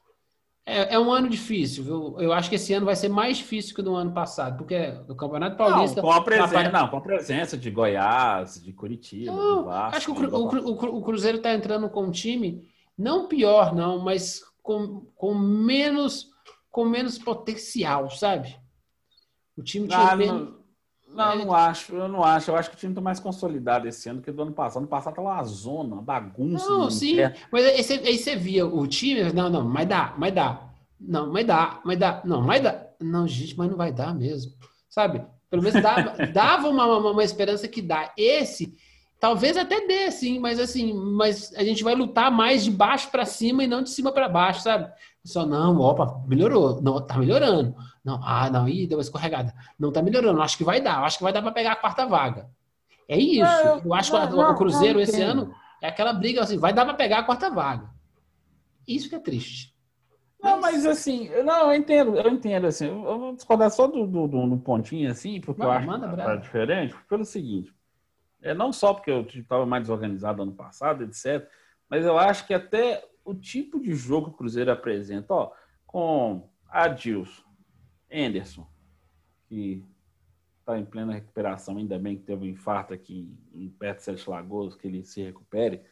É um ano difícil, viu? Eu acho que esse ano vai ser mais difícil que no ano passado, porque o Campeonato Paulista... Com a presença de Goiás, de Curitiba, do Vasco... Acho que o Cruzeiro está entrando com um time, não pior, não, mas com menos potencial, sabe? O time tinha menos... Eu não acho. Eu acho que o time está mais consolidado esse ano que do ano passado. Ano passado estava uma zona, uma bagunça. Não, sim. Mas aí você via o time... Não, mas dá. Não, mas dá. Não, mas dá. Não, gente, mas não vai dar mesmo. Sabe? Pelo menos dava uma esperança que dá. Esse, talvez até dê, sim. Mas assim, a gente vai lutar mais de baixo para cima e não de cima para baixo, sabe? Só, melhorou. Não, tá melhorando. Não, deu uma escorregada. Não tá melhorando, acho que vai dar. Acho que vai dar para pegar a 4ª vaga. É isso. Eu acho que o Cruzeiro esse ano é aquela briga assim, vai dar para pegar a 4ª vaga. Isso que é triste. Não, mas assim, eu entendo, assim, eu vou discordar só do pontinho, assim, porque eu acho que tá diferente, pelo seguinte, não só porque eu estava mais desorganizado ano passado, etc., mas eu acho que até o tipo de jogo que o Cruzeiro apresenta, com Adilson, Anderson, que está em plena recuperação, ainda bem que teve um infarto aqui em perto de Sete Lagoas, que ele se recupere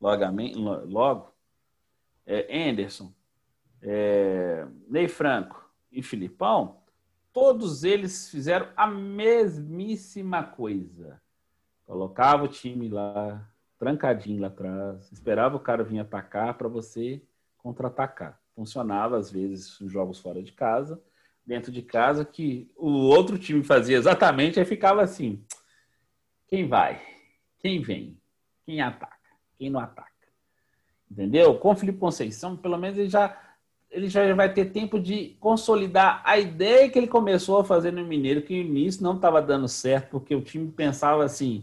logo. Anderson, Ney Franco e Filipão, todos eles fizeram a mesmíssima coisa. Colocava o time lá, trancadinho lá atrás, esperava o cara vir atacar para você contra-atacar. Funcionava, às vezes, nos jogos fora de casa, dentro de casa, que o outro time fazia exatamente, aí ficava assim, quem vai? Quem vem? Quem ataca? Quem não ataca? Entendeu? Com o Felipe Conceição, pelo menos ele já vai ter tempo de consolidar a ideia que ele começou a fazer no Mineiro, que no início não estava dando certo, porque o time pensava assim,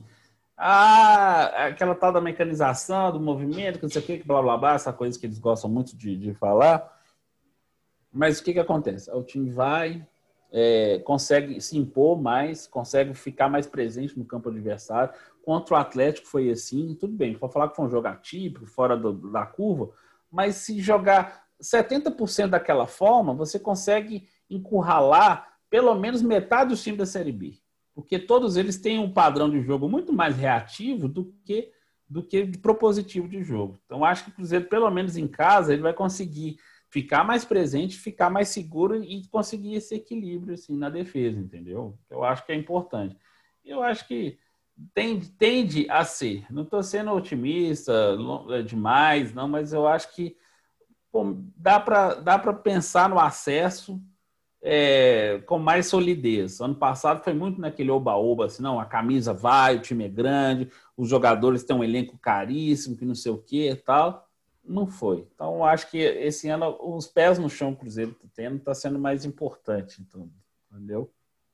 aquela tal da mecanização, do movimento, que não sei o que, blá, blá, blá, essa coisa que eles gostam muito de falar. Mas o que acontece? O time vai, consegue se impor mais, consegue ficar mais presente no campo adversário. Contra o Atlético foi assim, tudo bem, pode falar que foi um jogo atípico, fora da curva, mas se jogar 70% daquela forma, você consegue encurralar pelo menos metade dos times da Série B. Porque todos eles têm um padrão de jogo muito mais reativo do que propositivo de jogo. Então, acho que o Cruzeiro, pelo menos em casa, ele vai conseguir ficar mais presente, ficar mais seguro e conseguir esse equilíbrio assim, na defesa, entendeu? Eu acho que é importante. Eu acho que tende a ser. Não estou sendo otimista demais, não, mas eu acho que dá para pensar no acesso com mais solidez. Ano passado foi muito naquele oba-oba, assim, não, a camisa vai, o time é grande, os jogadores têm um elenco caríssimo, que não sei o que e tal. Não foi. Então, eu acho que esse ano os pés no chão que o Cruzeiro está tendo está sendo mais importante. Então, entendeu?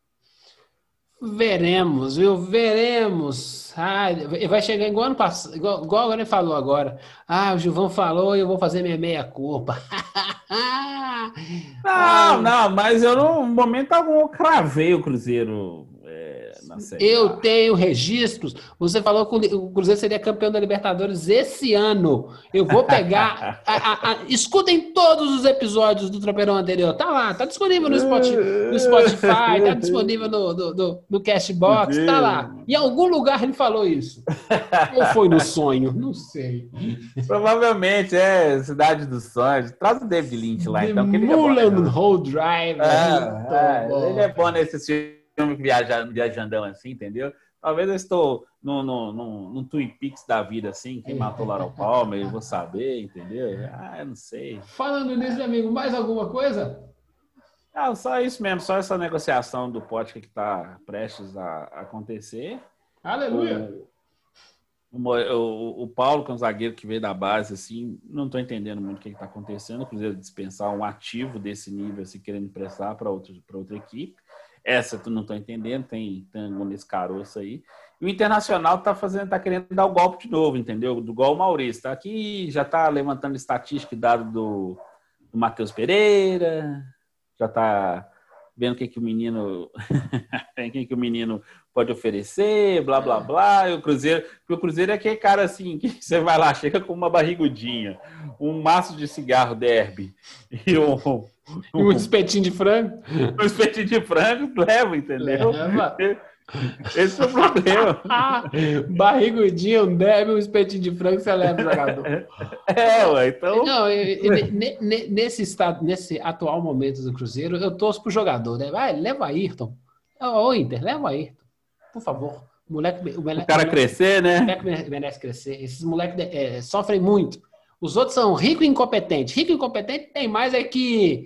Veremos, viu? Veremos. Vai chegar igual ano passado, igual ele falou agora. O Gilvão falou e eu vou fazer minha meia-culpa. Não, mas eu no momento algum eu cravei o Cruzeiro na Série A. Eu tenho registros. Você falou que o Cruzeiro seria campeão da Libertadores esse ano. Eu vou pegar. Escutem todos os episódios do Tropeirão anterior. Tá lá, tá disponível no Spotify, tá disponível no Cashbox, tá lá. Em algum lugar ele falou isso. Ou foi no sonho? Não sei. Provavelmente Cidade dos Sonhos. Traz o David Lynch lá, então. Que ele Mulholland Drive. Ele é bom nesse filme viajandão assim, entendeu? Talvez eu estou num Twin Peaks da vida, assim, quem matou Laura Palmer, eu vou saber, entendeu? Eu não sei. Falando nisso, amigo, mais alguma coisa? Não, só isso mesmo, só essa negociação do Pote que está prestes a acontecer. Aleluia! O Paulo, que é um zagueiro que veio da base, assim, não estou entendendo muito o que está acontecendo. O Cruzeiro dispensar um ativo desse nível, assim, querendo emprestar para outra equipe. Essa tu não estou entendendo, tem tango nesse caroço aí. E o Internacional tá querendo dar o golpe de novo, entendeu? Do igual o Maurício. Tá aqui, já tá levantando estatística e dado do Matheus Pereira, já tá vendo o que o menino o menino pode oferecer, blá, blá, blá. E o Cruzeiro é aquele cara assim, que você vai lá, chega com uma barrigudinha, um maço de cigarro derby e um espetinho de frango. Um espetinho de frango, leva, entendeu? Leva. Esse é o problema. Barrigudinho, um derby, um espetinho de frango, você leva o jogador. Então... Não, nesse atual momento do Cruzeiro, eu torço pro jogador, né? Vai, leva Ayrton. Ô, Inter, leva Ayrton. Por favor. O cara crescer, né? O moleque merece crescer. Esses moleques sofrem muito. Os outros são rico e incompetente. Rico e incompetente tem mais que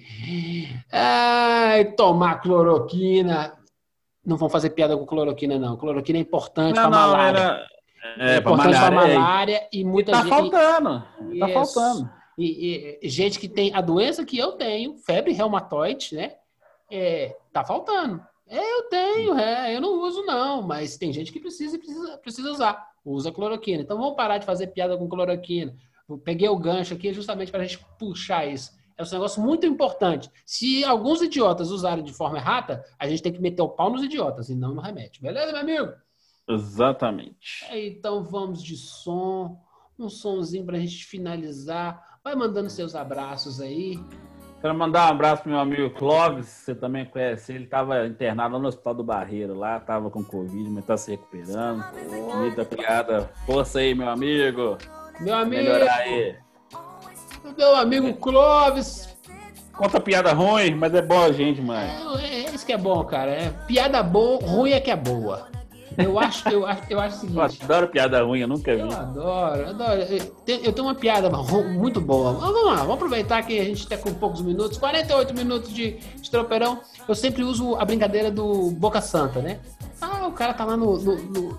tomar cloroquina. Não vão fazer piada com cloroquina, não. Cloroquina é importante para malária. É importante para malária e muita gente... Tá faltando. E gente que tem a doença que eu tenho, febre reumatoide, né? Tá faltando. Eu tenho, eu não uso não, mas tem gente que precisa usar. Usa cloroquina. Então vamos parar de fazer piada com cloroquina. Eu peguei o gancho aqui justamente para a gente puxar isso. É um negócio muito importante. Se alguns idiotas usarem de forma errada, a gente tem que meter o pau nos idiotas e não no remédio. Beleza, meu amigo? Exatamente. Então vamos de som. Um sonzinho para a gente finalizar. Vai mandando seus abraços aí. Quero mandar um abraço pro meu amigo Clóvis, você também conhece ele, estava internado no Hospital do Barreiro lá, estava com Covid, mas está se recuperando. Muita piada. Força aí, meu amigo. Meu amigo. Melhorar aí. Meu amigo Clóvis. Conta piada ruim, mas é boa, gente, mãe. Isso que é bom, cara. Piada boa, ruim é que é boa. Eu acho o seguinte. Eu adoro piada ruim, eu nunca vi. Eu adoro. Eu tenho uma piada muito boa. Vamos lá, vamos aproveitar que a gente está com poucos minutos, 48 minutos de tropeirão. Eu sempre uso a brincadeira do Boca Santa, né? O cara tá lá no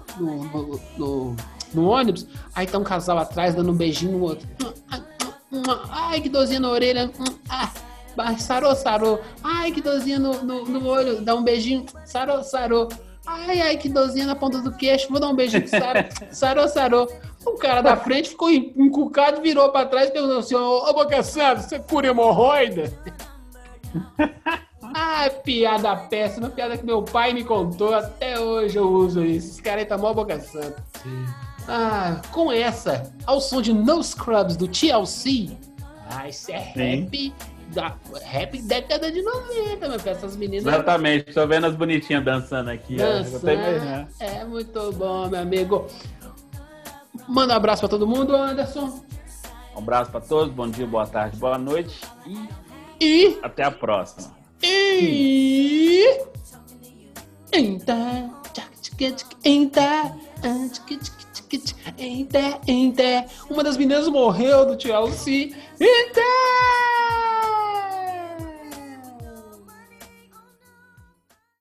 ônibus, aí tá um casal atrás dando um beijinho no outro. Ai, que dorzinha na orelha. Sarou. Ai, que dorzinha no olho. Dá um beijinho. Sarou. Ai, que dorzinha na ponta do queixo. Vou dar um beijinho. Sarou. O cara da frente ficou encucado, virou pra trás e perguntou assim: ô Boca Santa, você cura hemorroida? Ah, piada péssima, piada que meu pai me contou, até hoje eu uso isso. Esse cara aí tá mó boca santa. Ah, com essa, ao som de No Scrubs do TLC. Ah, isso é rap década de 90, meu filho. Essas meninas. Exatamente, tô vendo as bonitinhas dançando aqui. Dançando, é muito bom, meu amigo. Manda um abraço pra todo mundo, Anderson. Um abraço pra todos, bom dia, boa tarde, boa noite. E até a próxima. Uma das meninas morreu do TLC.